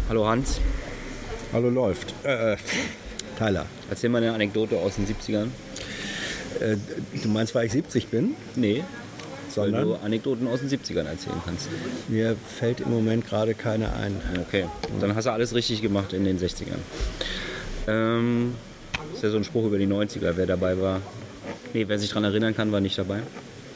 Hallo Hans. Hallo läuft. Tyler. Erzähl mal eine Anekdote aus den 70ern. Du meinst, weil ich 70 bin? Nee, weil Sondern du Anekdoten aus den 70ern erzählen kannst. mir fällt im Moment gerade keine ein. Okay, dann hast du alles richtig gemacht in den 60ern. Ist ja so ein Spruch über die 90er, wer dabei war. Nee, wer sich daran erinnern kann, war nicht dabei.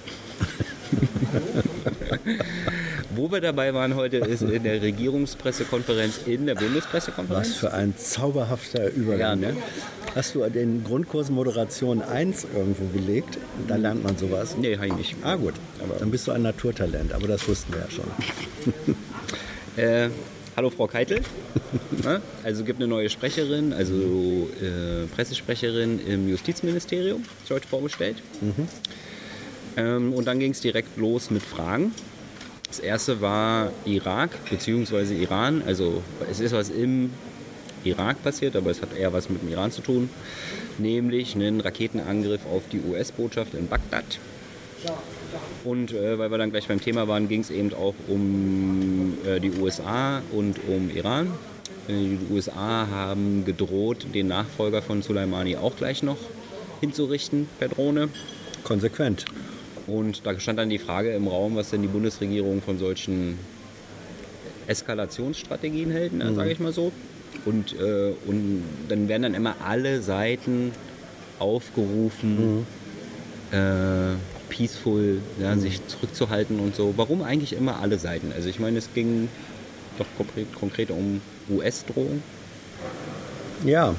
Wo wir dabei waren heute, ist in der Regierungspressekonferenz in der Bundespressekonferenz. Was für ein zauberhafter Übergang. Ja, ne? Hast du den Grundkurs Moderation 1 irgendwo belegt? Da lernt man sowas. Nee, habe ich nicht. Ah gut, aber dann bist du ein Naturtalent, aber das wussten wir ja schon. Hallo Frau Keitel. Also gibt eine neue Sprecherin, also Pressesprecherin im Justizministerium, ist heute vorgestellt. Und dann ging es direkt los mit Fragen. Das erste war Irak bzw. Iran. Also es ist was im Irak passiert, aber es hat eher was mit dem Iran zu tun. Nämlich einen Raketenangriff auf die US-Botschaft in Bagdad. Und weil wir dann gleich beim Thema waren, ging es eben auch um die USA und um Iran. Die USA haben gedroht, den Nachfolger von Soleimani auch gleich noch hinzurichten per Drohne. Konsequent. Und da stand dann die Frage im Raum, was denn die Bundesregierung von solchen Eskalationsstrategien hält, sage ich mal so. Und dann werden dann immer alle Seiten aufgerufen, peaceful, ja, sich zurückzuhalten und so. Warum eigentlich immer alle Seiten? Also ich meine, es ging doch konkret um US-Drohung. Ja.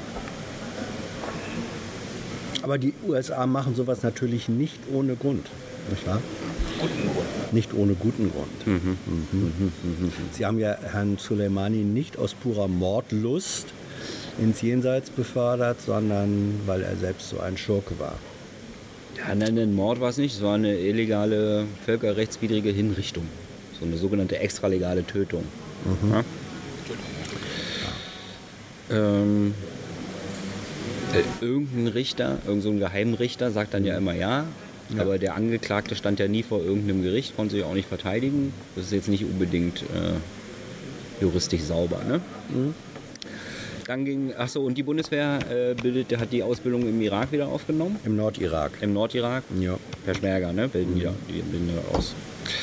Aber die USA machen sowas natürlich nicht ohne Grund. Nicht wahr? Guten Grund. Nicht ohne guten Grund. Sie haben ja Herrn Soleimani nicht aus purer Mordlust ins Jenseits befördert, sondern weil er selbst so ein Schurke war. Ja, nein, ein Mord war es nicht. Es war eine illegale, völkerrechtswidrige Hinrichtung. So eine sogenannte extralegale Tötung. Ja? Irgendein Richter, irgend so ein Geheimrichter sagt dann ja immer ja. Aber der Angeklagte stand ja nie vor irgendeinem Gericht, konnte sich auch nicht verteidigen. Das ist jetzt nicht unbedingt juristisch sauber. Ne? Dann und die Bundeswehr hat die Ausbildung im Irak wieder aufgenommen. Im Nordirak. Im Nordirak? Ja. Peschmerga, ne? Die bilden da aus.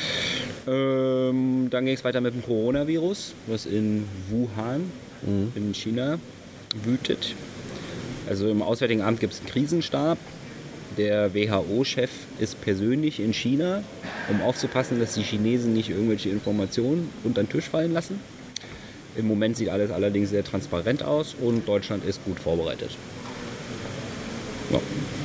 Dann ging es weiter mit dem Coronavirus, was in Wuhan in China wütet. Also im Auswärtigen Amt gibt es einen Krisenstab. Der WHO-Chef ist persönlich in China, um aufzupassen, dass die Chinesen nicht irgendwelche Informationen unter den Tisch fallen lassen. Im Moment sieht alles allerdings sehr transparent aus und Deutschland ist gut vorbereitet. Ja.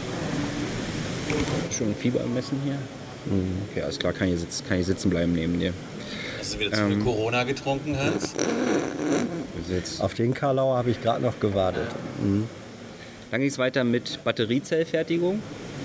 Schön Fieber messen hier. Okay, alles klar, kann ich sitzen bleiben neben dir. Hast du wieder zu viel Corona getrunken, Hans? Auf den Karlauer habe ich gerade noch gewartet. Dann ging es weiter mit Batteriezellfertigung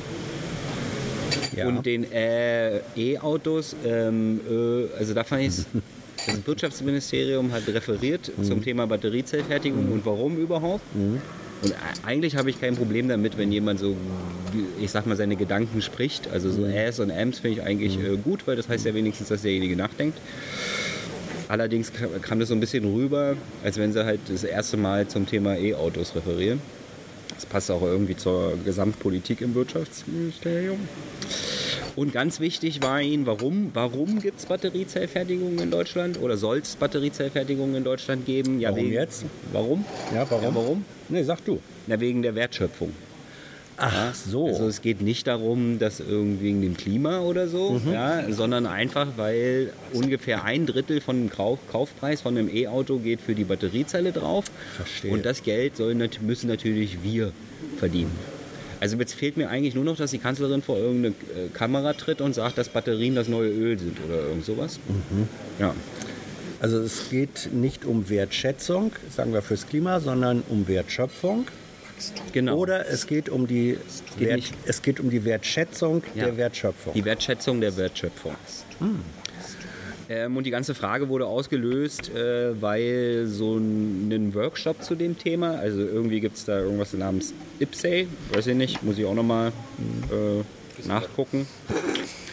und den E-Autos. Also da fand ich das Wirtschaftsministerium hat referiert zum Thema Batteriezellfertigung und warum überhaupt. Und eigentlich habe ich kein Problem damit, wenn jemand so, ich sag mal, seine Gedanken spricht. Also so Äs und Äms finde ich eigentlich gut, weil das heißt ja wenigstens, dass derjenige nachdenkt. Allerdings kam das so ein bisschen rüber, als wenn sie halt das erste Mal zum Thema E-Autos referieren. Das passt auch irgendwie zur Gesamtpolitik im Wirtschaftsministerium. Und ganz wichtig war ihnen, warum gibt es Batteriezellfertigung in Deutschland? Oder soll es Batteriezellfertigung in Deutschland geben? Ja, Warum jetzt? Warum? Ja, warum? Ja, warum? Nee, sag du. Na, wegen der Wertschöpfung. Ach so. Also es geht nicht darum, dass irgendwie wegen dem Klima oder so, sondern einfach, weil ungefähr 1/3 von dem Kaufpreis von einem E-Auto geht für die Batteriezelle drauf. Verstehe. Und das Geld müssen natürlich wir verdienen. Also jetzt fehlt mir eigentlich nur noch, dass die Kanzlerin vor irgendeine Kamera tritt und sagt, dass Batterien das neue Öl sind oder irgend sowas. Ja. Also es geht nicht um Wertschätzung, sagen wir fürs Klima, sondern um Wertschöpfung. Genau. Oder es geht um die, es geht um die Wertschätzung der Wertschöpfung. Die Wertschätzung der Wertschöpfung. Und die ganze Frage wurde ausgelöst, weil so ein Workshop zu dem Thema, also irgendwie gibt es da irgendwas namens IPSE, weiß ich nicht, muss ich auch nochmal nachgucken.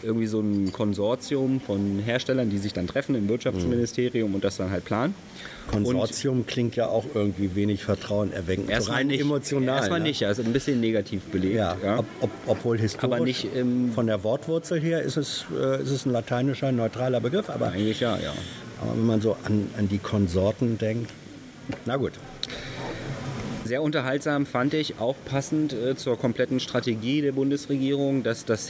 irgendwie so ein Konsortium von Herstellern, die sich dann treffen im Wirtschaftsministerium und das dann halt planen. Konsortium klingt ja auch irgendwie wenig vertrauenerweckend. Erstmal rein nicht, emotional. erstmal nicht, ja, ist ein bisschen negativ belegt. Ja, Ja. obwohl historisch, Aber nicht von der Wortwurzel her ist es ein lateinischer, neutraler Begriff. Aber eigentlich ja. Aber wenn man so an die Konsorten denkt, na gut. Sehr unterhaltsam fand ich, auch passend zur kompletten Strategie der Bundesregierung, dass das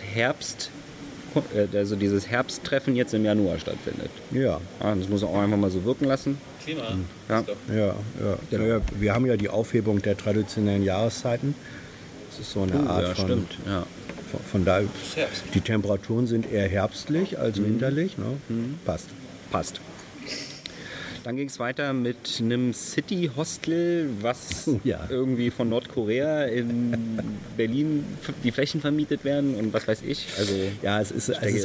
dieses Herbsttreffen jetzt im Januar stattfindet. Ja. Das muss man auch einfach mal so wirken lassen. Klima. Ja. Ist doch- Ja. Ja, wir haben ja die Aufhebung der traditionellen Jahreszeiten. Das ist so eine Art Ja, von... stimmt. Ja. Von daher, Herbst. die Temperaturen sind eher herbstlich als winterlich. Ne? Passt. Passt. Dann ging es weiter mit einem City-Hostel, was Ja. irgendwie von Nordkorea in Berlin die Flächen vermietet werden und was weiß ich. Also Ja, es ist denke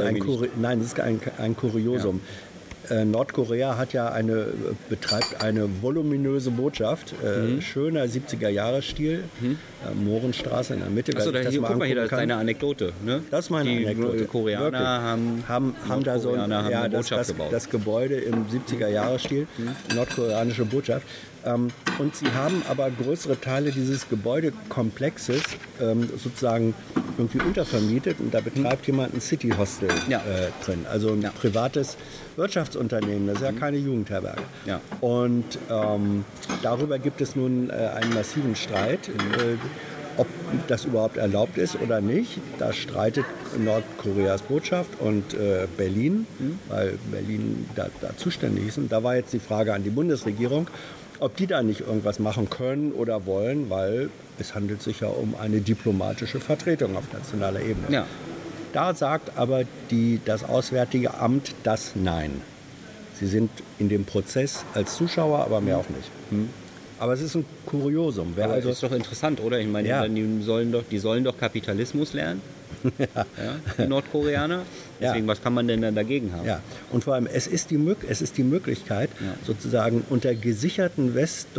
ein Kuriosum. Nordkorea hat ja betreibt eine voluminöse Botschaft, schöner 70er-Jahre-Stil, Mohrenstraße in der Mitte. Achso, wer sich guck mal hier, das ist kann. deine Anekdote. Ne? Das ist meine die Anekdote. Koreaner Wirklich. haben da so Nordkoreaner haben eine Botschaft gebaut. das Gebäude im 70er-Jahre-Stil, nordkoreanische Botschaft. Und sie haben aber größere Teile dieses Gebäudekomplexes sozusagen irgendwie untervermietet und da betreibt jemand ein City-Hostel drin. Also ein privates Wirtschaftsunternehmen, das ist ja keine Jugendherberge. Ja. Und darüber gibt es nun einen massiven Streit. Ob das überhaupt erlaubt ist oder nicht, da streitet Nordkoreas Botschaft und Berlin, weil Berlin da zuständig ist. Und da war jetzt die Frage an die Bundesregierung, ob die da nicht irgendwas machen können oder wollen, weil es handelt sich ja um eine diplomatische Vertretung auf nationaler Ebene. Ja. Da sagt aber das Auswärtige Amt das Nein. Sie sind in dem Prozess als Zuschauer, aber mehr auch nicht. Aber es ist ein Kuriosum. Wer Aber also ist doch interessant, oder? Ich meine, Ja. die sollen doch Kapitalismus lernen, die Nordkoreaner. Deswegen, was kann man denn dann dagegen haben? Ja, und vor allem, es ist die Möglichkeit, sozusagen unter gesicherten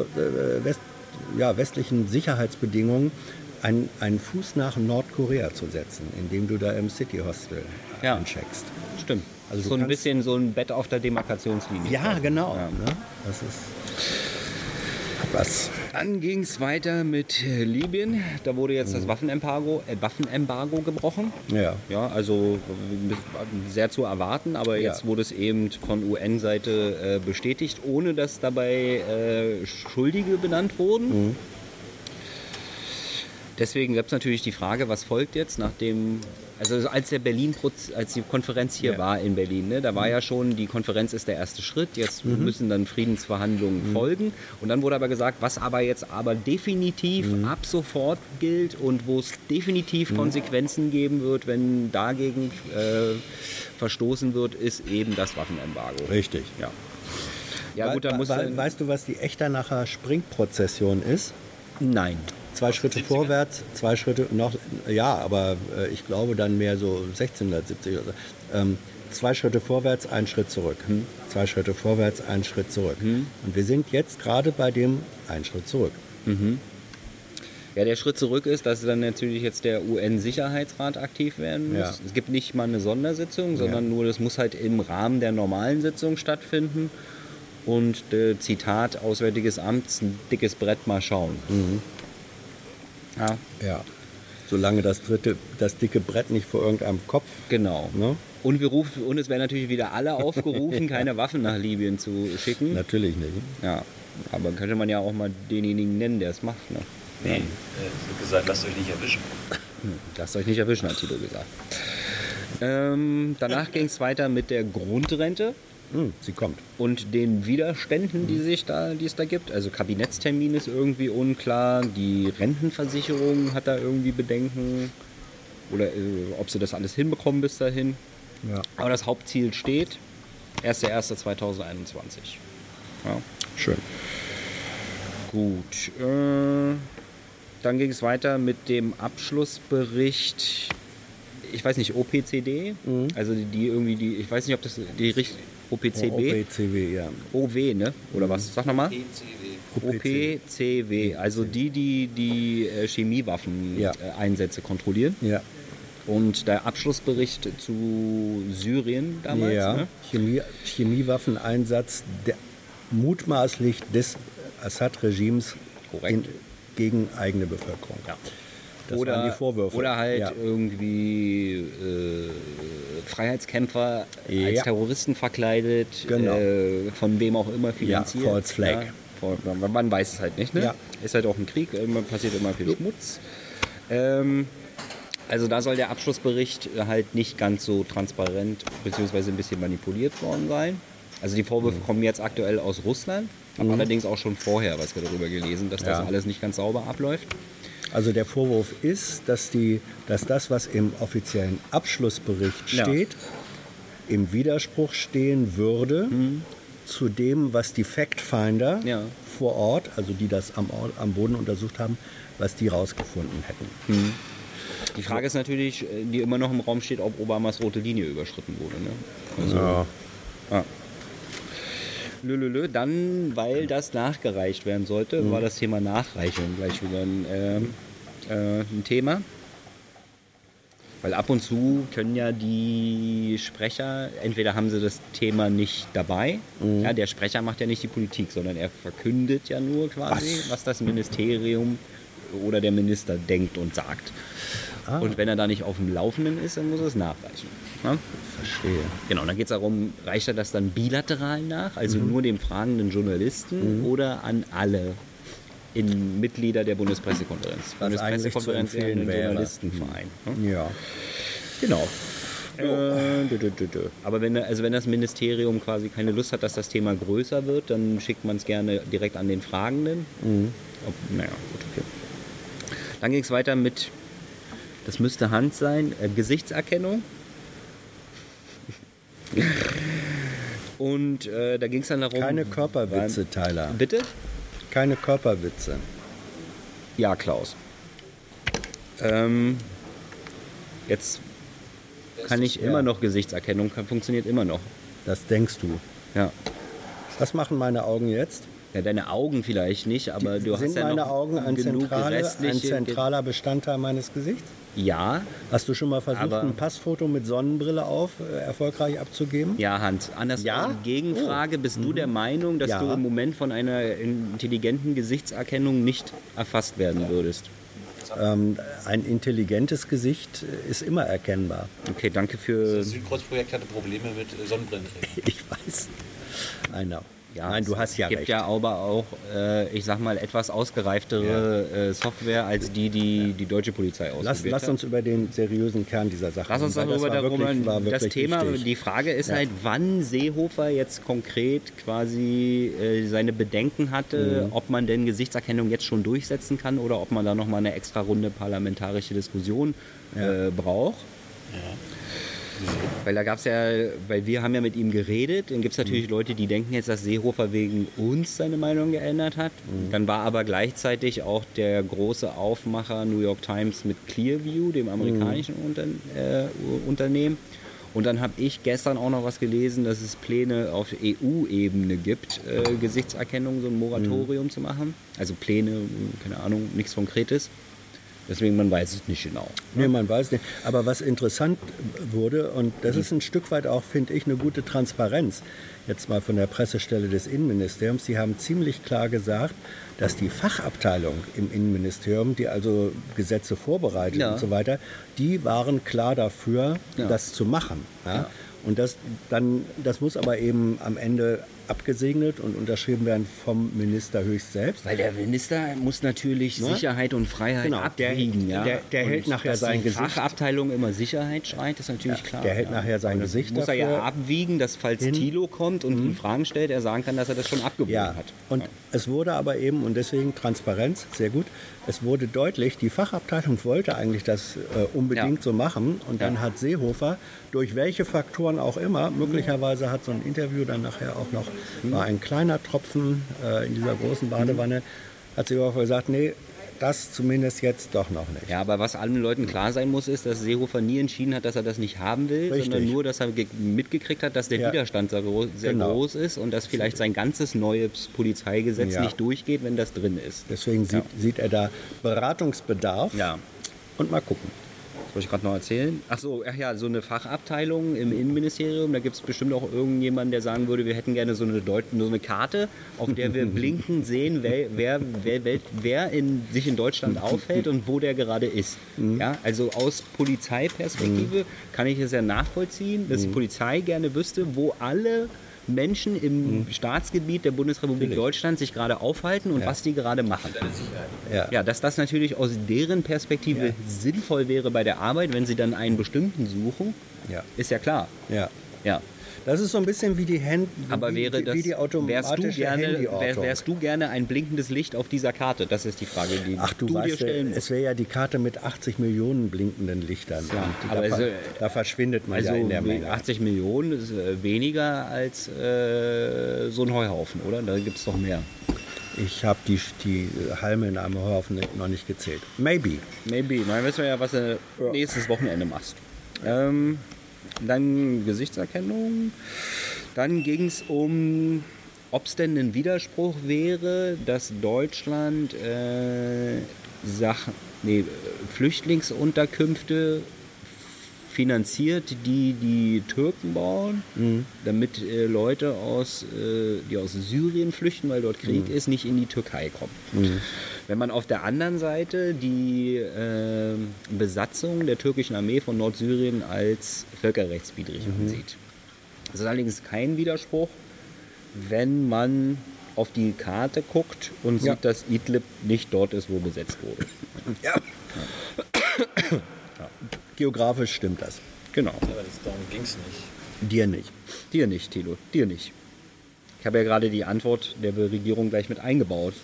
westlichen Sicherheitsbedingungen einen Fuß nach Nordkorea zu setzen, indem du da im City-Hostel eincheckst. Stimmt. Also du so ein kannst- bisschen so ein Bett auf der Demarkationslinie. Ja, genau. Ja. Ne? Das ist was. Dann ging es weiter mit Libyen. Da wurde jetzt das Waffenembargo gebrochen. Ja. Ja, also sehr zu erwarten, aber jetzt wurde es eben von UN-Seite bestätigt, ohne dass dabei Schuldige benannt wurden. Deswegen gab es natürlich die Frage, was folgt jetzt nach dem, also als die Konferenz hier war in Berlin, ne, da war ja schon, die Konferenz ist der erste Schritt, jetzt müssen dann Friedensverhandlungen folgen und dann wurde aber gesagt, was aber jetzt definitiv ab sofort gilt und wo es definitiv Konsequenzen geben wird, wenn dagegen verstoßen wird, ist eben das Waffenembargo. Richtig. Ja. Ja gut, dann muss dann, weißt du, was die Echternacher Springprozession ist? nein. 2 Schritte vorwärts, 2 Schritte noch, ja, aber ich glaube dann mehr so 1670 oder so. 2 Schritte vorwärts, 1 Schritt zurück. 2 Schritte vorwärts, 1 Schritt zurück. Und wir sind jetzt gerade bei dem 1 Schritt zurück. Ja, der Schritt zurück ist, dass dann natürlich jetzt der UN-Sicherheitsrat aktiv werden muss. Ja. Es gibt nicht mal eine Sondersitzung, sondern nur, das muss halt im Rahmen der normalen Sitzung stattfinden. Und Zitat Auswärtiges Amt, ein dickes Brett, mal schauen. Ja, Ja. Solange das dicke Brett nicht vor irgendeinem Kopf. genau. Ne? Und es werden natürlich wieder alle aufgerufen, keine Waffen nach Libyen zu schicken. Natürlich nicht. Ja, aber könnte man ja auch mal denjenigen nennen, der es macht. Ne? Nee, es wird gesagt, lasst euch nicht erwischen. Lasst euch nicht erwischen, hat Tito gesagt. Danach ging es weiter mit der Grundrente Sie kommt. und den Widerständen, die es da gibt. Also Kabinettstermin ist irgendwie unklar, die Rentenversicherung hat da irgendwie Bedenken oder ob sie das alles hinbekommen bis dahin. Ja. Aber das Hauptziel steht, 1.1.2021. Ja. Schön. Gut. Dann ging es weiter mit dem Abschlussbericht. Ich weiß nicht, OPCD, also ich weiß nicht, ob das die richtige OPCW, OPCW, ja. OW, ne? Oder was? Sag nochmal. PCW. OPCW, also die Chemiewaffeneinsätze kontrollieren. Ja. Und der Abschlussbericht zu Syrien damals, Ja, ne? Chemiewaffeneinsatz mutmaßlich des Assad-Regimes gegen eigene Bevölkerung. Ja. Das waren die Vorwürfe. Oder halt Ja. irgendwie Freiheitskämpfer Ja. als Terroristen verkleidet, Genau. von wem auch immer finanziert. Ja, False Flag. Man weiß es halt nicht. Ne? Ja. Ist halt auch ein Krieg, passiert immer viel Schmutz. Also da soll der Abschlussbericht halt nicht ganz so transparent bzw. ein bisschen manipuliert worden sein. Also die Vorwürfe kommen jetzt aktuell aus Russland, habe allerdings auch schon vorher was darüber gelesen, dass das alles nicht ganz sauber abläuft. Also der Vorwurf ist, dass das, was im offiziellen Abschlussbericht Ja. steht, im Widerspruch stehen würde zu dem, was die Fact-Finder Ja. vor Ort, also die das am Boden untersucht haben, was die rausgefunden hätten. Die Frage ist natürlich, die immer noch im Raum steht, ob Obamas rote Linie überschritten wurde. Ne? Also, Dann, weil das nachgereicht werden sollte, war das Thema Nachreichung gleich wieder ein Thema. Weil ab und zu können ja die Sprecher, entweder haben sie das Thema nicht dabei, ja, der Sprecher macht ja nicht die Politik, sondern er verkündet ja nur quasi, was das Ministerium oder der Minister denkt und sagt. Und wenn er da nicht auf dem Laufenden ist, dann muss er es nachreichen. Ja? Verstehe. Genau, dann geht es darum, reicht er das dann bilateral nach, also nur dem fragenden Journalisten oder an alle Mitglieder der Bundespressekonferenz. Was eigentlich zu empfehlen ein wäre. Journalistenverein. Ne? Ja. Genau. Aber wenn das Ministerium quasi keine Lust hat, dass das Thema größer wird, dann schickt man es gerne direkt an den Fragenden. Naja, gut, okay. Dann ging es weiter mit, das müsste Hand sein, Gesichtserkennung. Und da ging es dann darum... Keine Körperwitze, Tyler. Bitte? Keine Körperwitze. Ja, Klaus. Jetzt kann ich immer noch Gesichtserkennung, funktioniert immer noch. Das denkst du. Ja. Was machen meine Augen jetzt? Ja, deine Augen vielleicht nicht, aber du Sind hast ja meine noch Augen ein genug restliche... zentraler Bestandteil meines Gesichts? Ja, Hast du schon mal versucht, Aber- ein Passfoto mit Sonnenbrille auf erfolgreich abzugeben? ja, Hans. Anders Ja? Gegenfrage, bist du der Meinung, dass Ja. du im Moment von einer intelligenten Gesichtserkennung nicht erfasst werden würdest? Ein intelligentes Gesicht ist immer erkennbar. Okay, danke für... Das Südkreuzprojekt hatte Probleme mit Sonnenbrillenträgern. Ich weiß. Einer. Ja, Nein, du hast ja es gibt recht. ja aber auch, ich sag mal, etwas ausgereiftere Software als die deutsche Polizei ausprobiert Lass hat. uns über den seriösen Kern dieser Sache Lass uns reden, weil darüber war das wirklich Thema, wichtig. die Frage ist halt, wann Seehofer jetzt konkret quasi seine Bedenken hatte, ob man denn Gesichtserkennung jetzt schon durchsetzen kann oder ob man da nochmal eine extra Runde parlamentarische Diskussion braucht. Weil da gab es ja, weil wir haben ja mit ihm geredet, dann gibt es natürlich Leute, die denken jetzt, dass Seehofer wegen uns seine Meinung geändert hat. Dann war aber gleichzeitig auch der große Aufmacher New York Times mit Clearview, dem amerikanischen Unternehmen. Und dann habe ich gestern auch noch was gelesen, dass es Pläne auf EU-Ebene gibt, Gesichtserkennung, so ein Moratorium zu machen. Also Pläne, keine Ahnung, nichts Konkretes. Deswegen, man weiß es nicht genau. Nee, man weiß nicht. Aber was interessant wurde, und das ist ein Stück weit auch, finde ich, eine gute Transparenz, jetzt mal von der Pressestelle des Innenministeriums, die haben ziemlich klar gesagt, dass die Fachabteilung im Innenministerium, die also Gesetze vorbereitet Ja. und so weiter, die waren klar dafür, Ja. das zu machen. Ja? Ja. Und das muss aber eben am Ende abgesegnet und unterschrieben werden vom Minister höchst selbst. Weil der Minister muss natürlich Sicherheit und Freiheit Genau, abwägen. der Und hält nachher dass sein die Gesicht. Fachabteilung immer Sicherheit schreit, ist natürlich klar. der hält nachher sein Und das Gesicht muss er ja dafür abwiegen, dass falls Thilo kommt und ihn Fragen stellt, er sagen kann, dass er das schon abgewogen Ja, hat. und es wurde aber eben, und deswegen Transparenz, sehr gut, es wurde deutlich, die Fachabteilung wollte eigentlich das unbedingt so machen und dann hat Seehofer, durch welche Faktoren auch immer, möglicherweise hat so ein Interview dann nachher auch noch, war ein kleiner Tropfen in dieser großen Badewanne, hat Seehofer gesagt, nee, das zumindest jetzt doch noch nicht. Ja, aber was allen Leuten klar sein muss, ist, dass Seehofer nie entschieden hat, dass er das nicht haben will, Richtig. sondern nur, dass er mitgekriegt hat, dass der Ja. Widerstand sehr Genau. groß ist und dass vielleicht sein ganzes neues Polizeigesetz Ja. nicht durchgeht, wenn das drin ist. Deswegen sieht er da Beratungsbedarf Ja. und mal gucken. Was wollte ich gerade noch erzählen? Ach so, ach ja, so eine Fachabteilung im Innenministerium. Da gibt es bestimmt auch irgendjemanden, der sagen würde, wir hätten gerne so eine Karte, auf der wir blinkend sehen, wer sich in Deutschland aufhält und wo der gerade ist. Ja, also aus Polizeiperspektive kann ich es ja nachvollziehen, dass die Polizei gerne wüsste, wo alle Menschen im Staatsgebiet der Bundesrepublik Deutschland sich gerade aufhalten und was die gerade machen. Ja, dass das natürlich aus deren Perspektive sinnvoll wäre bei der Arbeit, wenn sie dann einen bestimmten suchen, ist ja klar. Ja. Ja. Das ist so ein bisschen wie die Aber wärst du gerne ein blinkendes Licht auf dieser Karte? Das ist die Frage, die du dir weißt, stellen musst. es wäre ja die Karte mit 80 Millionen blinkenden Lichtern. Ja, Und aber da verschwindet man Also ja in der Menge. 80 Millionen ist weniger als so ein Heuhaufen, oder? Da gibt es doch mehr. Ich habe die Halme in einem Heuhaufen noch nicht gezählt. Maybe. Dann wissen wir ja, was du nächstes Wochenende machst. Dann Gesichtserkennung. Dann ging es um, ob es denn ein Widerspruch wäre, dass Deutschland Flüchtlingsunterkünfte finanziert, die Türken bauen, damit Leute, die aus Syrien flüchten, weil dort Krieg ist, nicht in die Türkei kommen. Wenn man auf der anderen Seite die Besatzung der türkischen Armee von Nordsyrien als völkerrechtswidrig ansieht. Das ist allerdings kein Widerspruch, wenn man auf die Karte guckt und sieht, dass Idlib nicht dort ist, wo besetzt wurde. Ja. Geografisch stimmt das. Genau. Aber darum ging es nicht. Dir nicht. Dir nicht, Thilo, dir nicht. Ich habe ja gerade die Antwort der Regierung gleich mit eingebaut.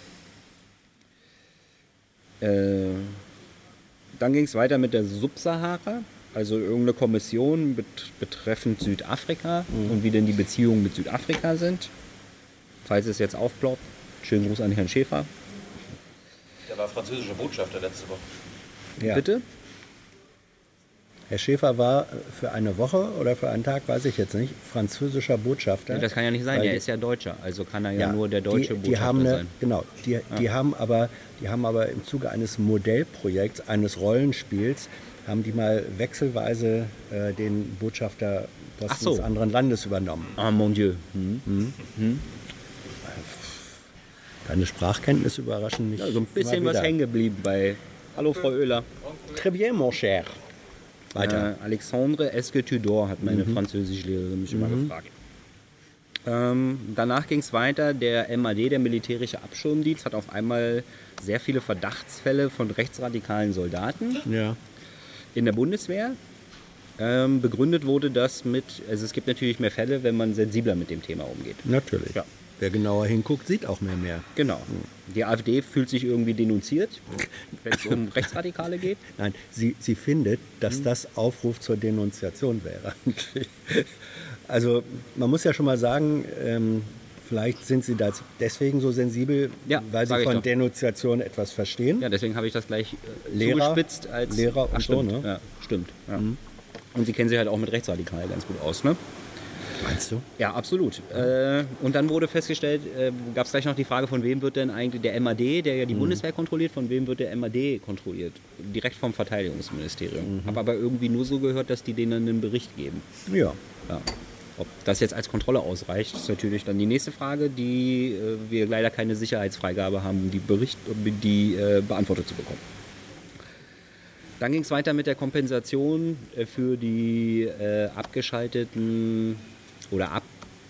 Dann ging es weiter mit der Subsahara, also irgendeine Kommission betreffend Südafrika und wie denn die Beziehungen mit Südafrika sind. Falls es jetzt aufploppt, schönen Gruß an Herrn Schäfer. Der war französischer Botschafter letzte Woche. Ja. Bitte? Herr Schäfer war für eine Woche oder für einen Tag, weiß ich jetzt nicht, französischer Botschafter. Ja, das kann ja nicht sein, Weil er ist ja Deutscher, also kann er ja nur der deutsche die Botschafter haben sein. Genau, die haben aber im Zuge eines Modellprojekts, eines Rollenspiels, haben die mal wechselweise den Botschafterposten des anderen Landes übernommen. Ah, mon Dieu. Deine Sprachkenntnisse überraschen mich. Ja, so ein bisschen immer was wieder. hängen geblieben bei Hallo Frau Oehler. Très bien, mon cher. Weiter. Alexandre, est-ce que tu dors, hat meine Französischlehrerin mich immer gefragt. Danach ging es weiter. Der MAD, der militärische Abschirmdienst, hat auf einmal sehr viele Verdachtsfälle von rechtsradikalen Soldaten Ja. in der Bundeswehr. Begründet wurde das also es gibt natürlich mehr Fälle, wenn man sensibler mit dem Thema umgeht. Natürlich. Ja. Wer genauer hinguckt, sieht auch mehr. Genau. Die AfD fühlt sich irgendwie denunziert, wenn es um Rechtsradikale geht. Nein, sie findet, dass das Aufruf zur Denunziation wäre. Also man muss ja schon mal sagen, vielleicht sind sie da deswegen so sensibel, Ja, weil sag sie ich von doch. Denunziation etwas verstehen. Ja, deswegen habe ich das gleich Lehrer, zugespitzt als Lehrer und so, stimmt. ne? Ja, stimmt. Ja. Und sie kennen sich halt auch mit Rechtsradikalen ganz gut aus, ne? Meinst du? Ja, absolut. Und dann wurde festgestellt, gab es gleich noch die Frage, von wem wird denn eigentlich der MAD, der ja die Bundeswehr kontrolliert, von wem wird der MAD kontrolliert? Direkt vom Verteidigungsministerium. Habe aber irgendwie nur so gehört, dass die denen einen Bericht geben. Ja. Ja. Ob das jetzt als Kontrolle ausreicht, ist natürlich dann die nächste Frage, die wir leider keine Sicherheitsfreigabe haben, um die beantwortet zu bekommen. Dann ging es weiter mit der Kompensation für die abgeschalteten oder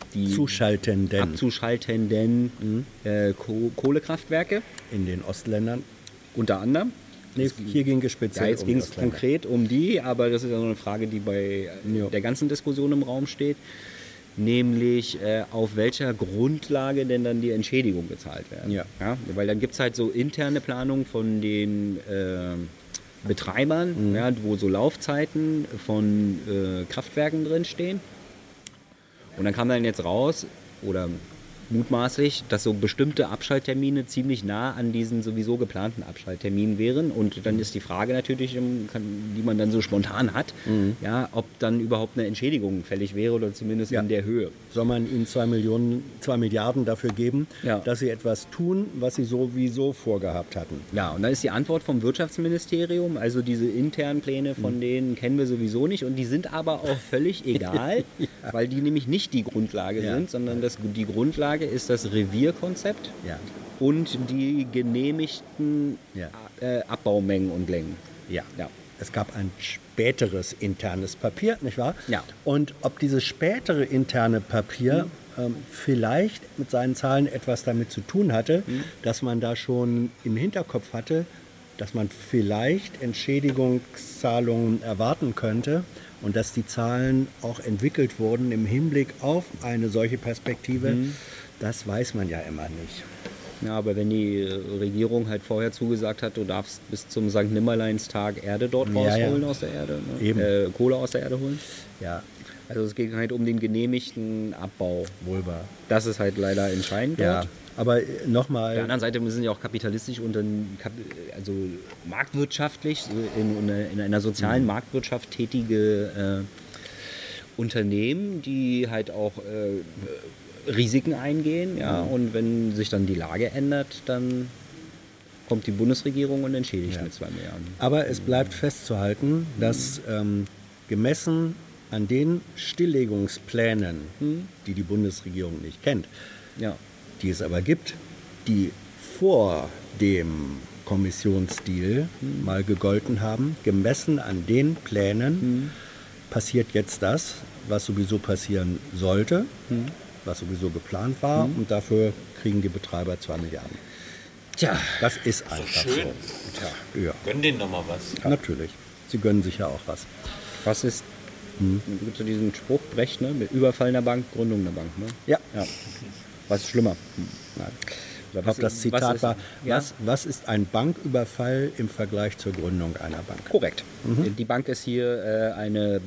abzuschaltenden Kohlekraftwerke. In den Ostländern. Unter anderem. Nee, hier ging es speziell Ja, jetzt ging es konkret um die, aber das ist ja so eine Frage, die bei der ganzen Diskussion im Raum steht. Nämlich auf welcher Grundlage denn dann die Entschädigung gezahlt werden. Ja. Weil dann gibt es halt so interne Planungen von den Betreibern, wo so Laufzeiten von Kraftwerken drin stehen. Und dann kam dann jetzt raus, oder mutmaßlich, dass so bestimmte Abschalttermine ziemlich nah an diesen sowieso geplanten Abschaltterminen wären. Und dann ist die Frage natürlich, die man dann so spontan hat, ja, ob dann überhaupt eine Entschädigung fällig wäre oder zumindest in der Höhe. Soll man ihnen 2 Milliarden dafür geben, dass sie etwas tun, was sie sowieso vorgehabt hatten? Ja, und da ist die Antwort vom Wirtschaftsministerium, also diese internen Pläne von denen kennen wir sowieso nicht und die sind aber auch völlig egal, weil die nämlich nicht die Grundlage sind, sondern die Grundlage ist das Revierkonzept und die genehmigten Abbaumengen und Längen. Ja. Es gab ein späteres internes Papier, nicht wahr? Ja. Und ob dieses spätere interne Papier vielleicht mit seinen Zahlen etwas damit zu tun hatte, dass man da schon im Hinterkopf hatte, dass man vielleicht Entschädigungszahlungen erwarten könnte und dass die Zahlen auch entwickelt wurden im Hinblick auf eine solche Perspektive, das weiß man ja immer nicht. Ja, aber wenn die Regierung halt vorher zugesagt hat, du darfst bis zum St. Nimmerleinstag Erde dort rausholen aus der Erde, ne? Kohle aus der Erde holen. Ja. Also es geht halt um den genehmigten Abbau. Wohl wahr. Das ist halt leider entscheidend dort. Aber nochmal... Auf der anderen Seite sind ja auch kapitalistisch und also marktwirtschaftlich, in einer sozialen Marktwirtschaft tätige Unternehmen, die halt auch Risiken eingehen. Ja? Und wenn sich dann die Lage ändert, dann kommt die Bundesregierung und entschädigt mit 2 Milliarden. Aber es bleibt festzuhalten, dass gemessen an den Stilllegungsplänen, die die Bundesregierung nicht kennt, die es aber gibt, die vor dem Kommissionsdeal mal gegolten haben, gemessen an den Plänen passiert jetzt das, was sowieso passieren sollte, was sowieso geplant war und dafür kriegen die Betreiber 2 Milliarden. Tja, das ist einfach schön. so. Tja, ja. Gönn denen nochmal was. Natürlich. Sie gönnen sich ja auch was. Was ist, gibt so diesen Spruch, Brecht, ne? Mit Überfall einer Bank, Gründung einer Bank. Ne? Ja. Was ist schlimmer? Nein. Ich glaube, das Zitat war, was ist ein Banküberfall im Vergleich zur Gründung einer Bank? Korrekt. Die Bank ist hier eine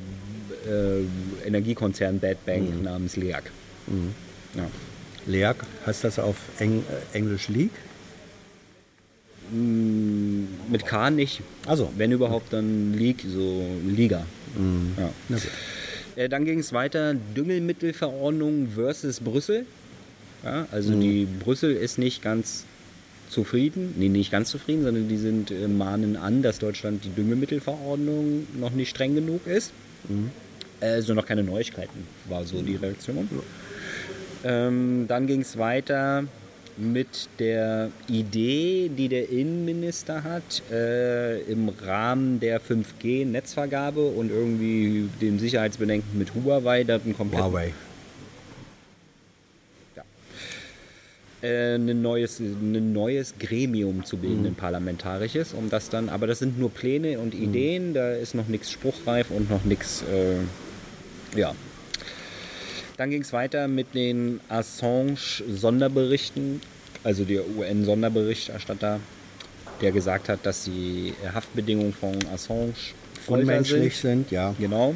Energiekonzern Bad Bank namens LEAG. Ja. LEAG, heißt das auf Englisch League? Mit K nicht. Also. Wenn überhaupt, dann League, so Liga. Ja. Na gut. Dann ging es weiter, Düngemittelverordnung versus Brüssel. Ja, also die Brüssel ist nicht ganz zufrieden, nicht ganz zufrieden, sondern die mahnen an, dass Deutschland die Düngemittelverordnung noch nicht streng genug ist. Also noch keine Neuigkeiten, war so die Reaktion. Dann ging es weiter mit der Idee, die der Innenminister hat, im Rahmen der 5G-Netzvergabe und irgendwie dem Sicherheitsbedenken mit Huawei, ein neues Gremium zu bilden, ein parlamentarisches, um das dann, aber das sind nur Pläne und Ideen, da ist noch nichts spruchreif und noch nichts, Dann ging es weiter mit den Assange-Sonderberichten, also der UN-Sonderberichterstatter, der gesagt hat, dass die Haftbedingungen von Assange unmenschlich sind, ja. Genau.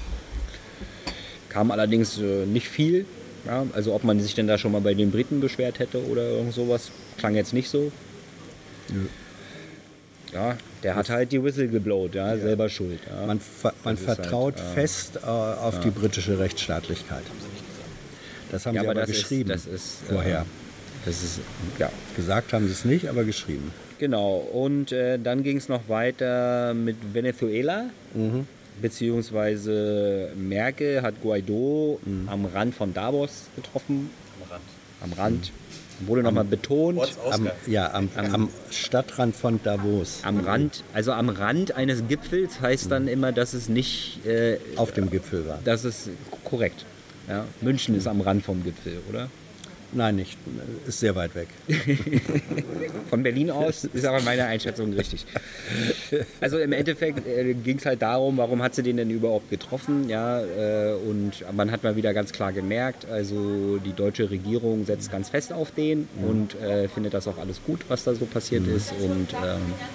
Kam allerdings nicht viel. Ja, also ob man sich denn da schon mal bei den Briten beschwert hätte oder irgend sowas, klang jetzt nicht so. Ja, der hat halt die Whistle geblowt, selber schuld. Ja. Man vertraut halt, fest auf die britische Rechtsstaatlichkeit. Das haben sie aber geschrieben vorher. Gesagt haben sie es nicht, aber geschrieben. Genau, und dann ging es noch weiter mit Venezuela. Beziehungsweise Merkel hat Guaido am Rand von Davos getroffen. Am Rand. Wurde nochmal betont. Am Stadtrand von Davos. Am Rand, also am Rand eines Gipfels heißt dann immer, dass es nicht auf dem Gipfel war. Das ist korrekt. Ja. München ist am Rand vom Gipfel, oder? Nein, nicht. Ist sehr weit weg. Von Berlin aus ist aber meine Einschätzung richtig. Also im Endeffekt ging es halt darum, warum hat sie den denn überhaupt getroffen? Ja, und man hat mal wieder ganz klar gemerkt, also die deutsche Regierung setzt ganz fest auf den und findet das auch alles gut, was da so passiert ist und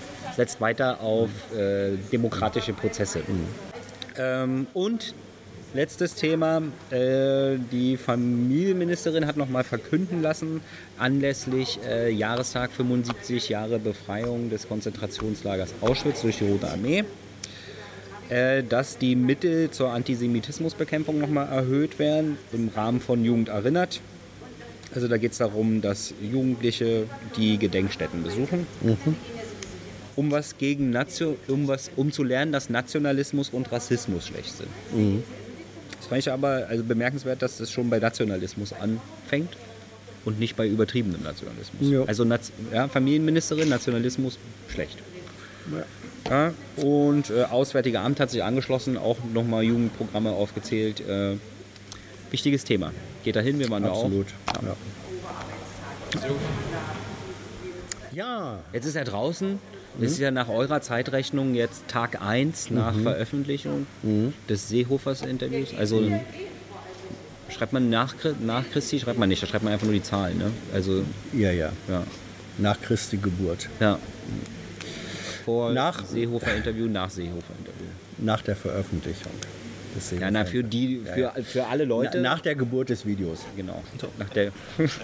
setzt weiter auf demokratische Prozesse. Und letztes Thema. Die Familienministerin hat nochmal verkünden lassen, anlässlich Jahrestag 75 Jahre Befreiung des Konzentrationslagers Auschwitz durch die Rote Armee, dass die Mittel zur Antisemitismusbekämpfung nochmal erhöht werden im Rahmen von Jugend erinnert. Also da geht es darum, dass Jugendliche die Gedenkstätten besuchen, um zu lernen, dass Nationalismus und Rassismus schlecht sind. Das fand ich aber bemerkenswert, dass das schon bei Nationalismus anfängt und nicht bei übertriebenem Nationalismus. Ja. Also Familienministerin, Nationalismus schlecht. Ja, und Auswärtige Amt hat sich angeschlossen, auch nochmal Jugendprogramme aufgezählt. Wichtiges Thema. Geht dahin, wir waren Absolut. da auch. Ja. Jetzt ist er draußen. Das ist ja nach eurer Zeitrechnung jetzt Tag 1 nach Veröffentlichung des Seehofers-Interviews. Also schreibt man nach Christi, schreibt man nicht, da schreibt man einfach nur die Zahlen. Ne? Also, Ja. ja. Nach Christi Geburt. Ja. Vor Nach- Seehofer-Interview, nach Seehofer-Interview. Nach der Veröffentlichung. des Ja, na, für alle Leute. Nach der Geburt des Videos. Genau. Nach der.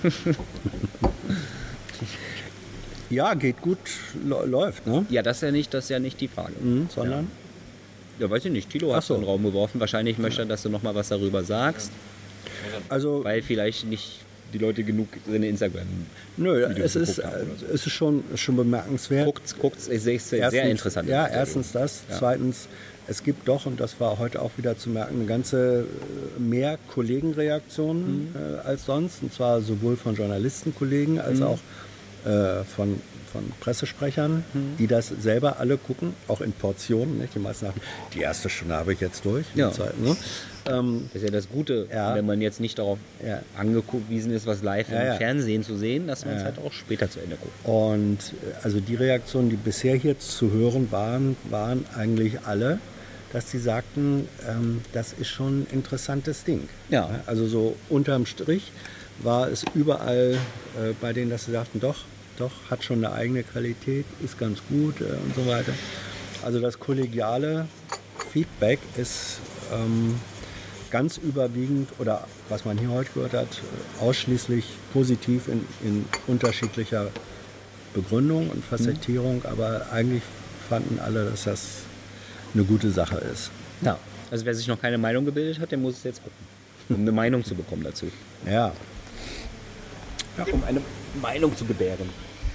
Ja, geht gut, läuft, ne? Ja, das ist ja nicht die Frage. Sondern? Ja, weiß ich nicht. Tilo hat Ach so. in den Raum geworfen. Wahrscheinlich möchte er, dass du noch mal was darüber sagst, Also, weil vielleicht nicht die Leute genug in Instagram nö, Videos es ist, geguckt haben oder so. es ist schon bemerkenswert. guckt's, ich sehe es sehr interessant. Ja, erstens das. Ja. Zweitens, es gibt doch, und das war heute auch wieder zu merken, eine ganze mehr Kollegenreaktionen als sonst. Und zwar sowohl von Journalistenkollegen als auch von Pressesprechern, die das selber alle gucken, auch in Portionen. Nicht? Die meisten sagen, die erste Stunde habe ich jetzt durch. Ja. Die Zeit, ne? Das ist ja das Gute, Ja. wenn man jetzt nicht darauf angewiesen ist, was live Ja, ja. im Fernsehen zu sehen, dass man es halt auch später zu Ende guckt. Und also die Reaktionen, die bisher hier zu hören waren eigentlich alle, dass sie sagten, das ist schon ein interessantes Ding. Ja. Also so unterm Strich war es überall bei denen, dass sie sagten, doch, hat schon eine eigene Qualität, ist ganz gut und so weiter. Also das kollegiale Feedback ist ganz überwiegend, oder was man hier heute gehört hat, ausschließlich positiv in unterschiedlicher Begründung und Facettierung, aber eigentlich fanden alle, dass das eine gute Sache ist. Ja. Also wer sich noch keine Meinung gebildet hat, der muss es jetzt gucken, um eine Meinung zu bekommen dazu. Ja. Um eine Meinung zu gebären.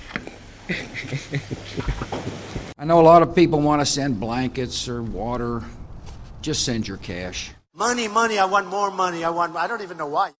I know a lot of people want to send blankets or water. Just send your cash. Money, I want more money. I don't even know why.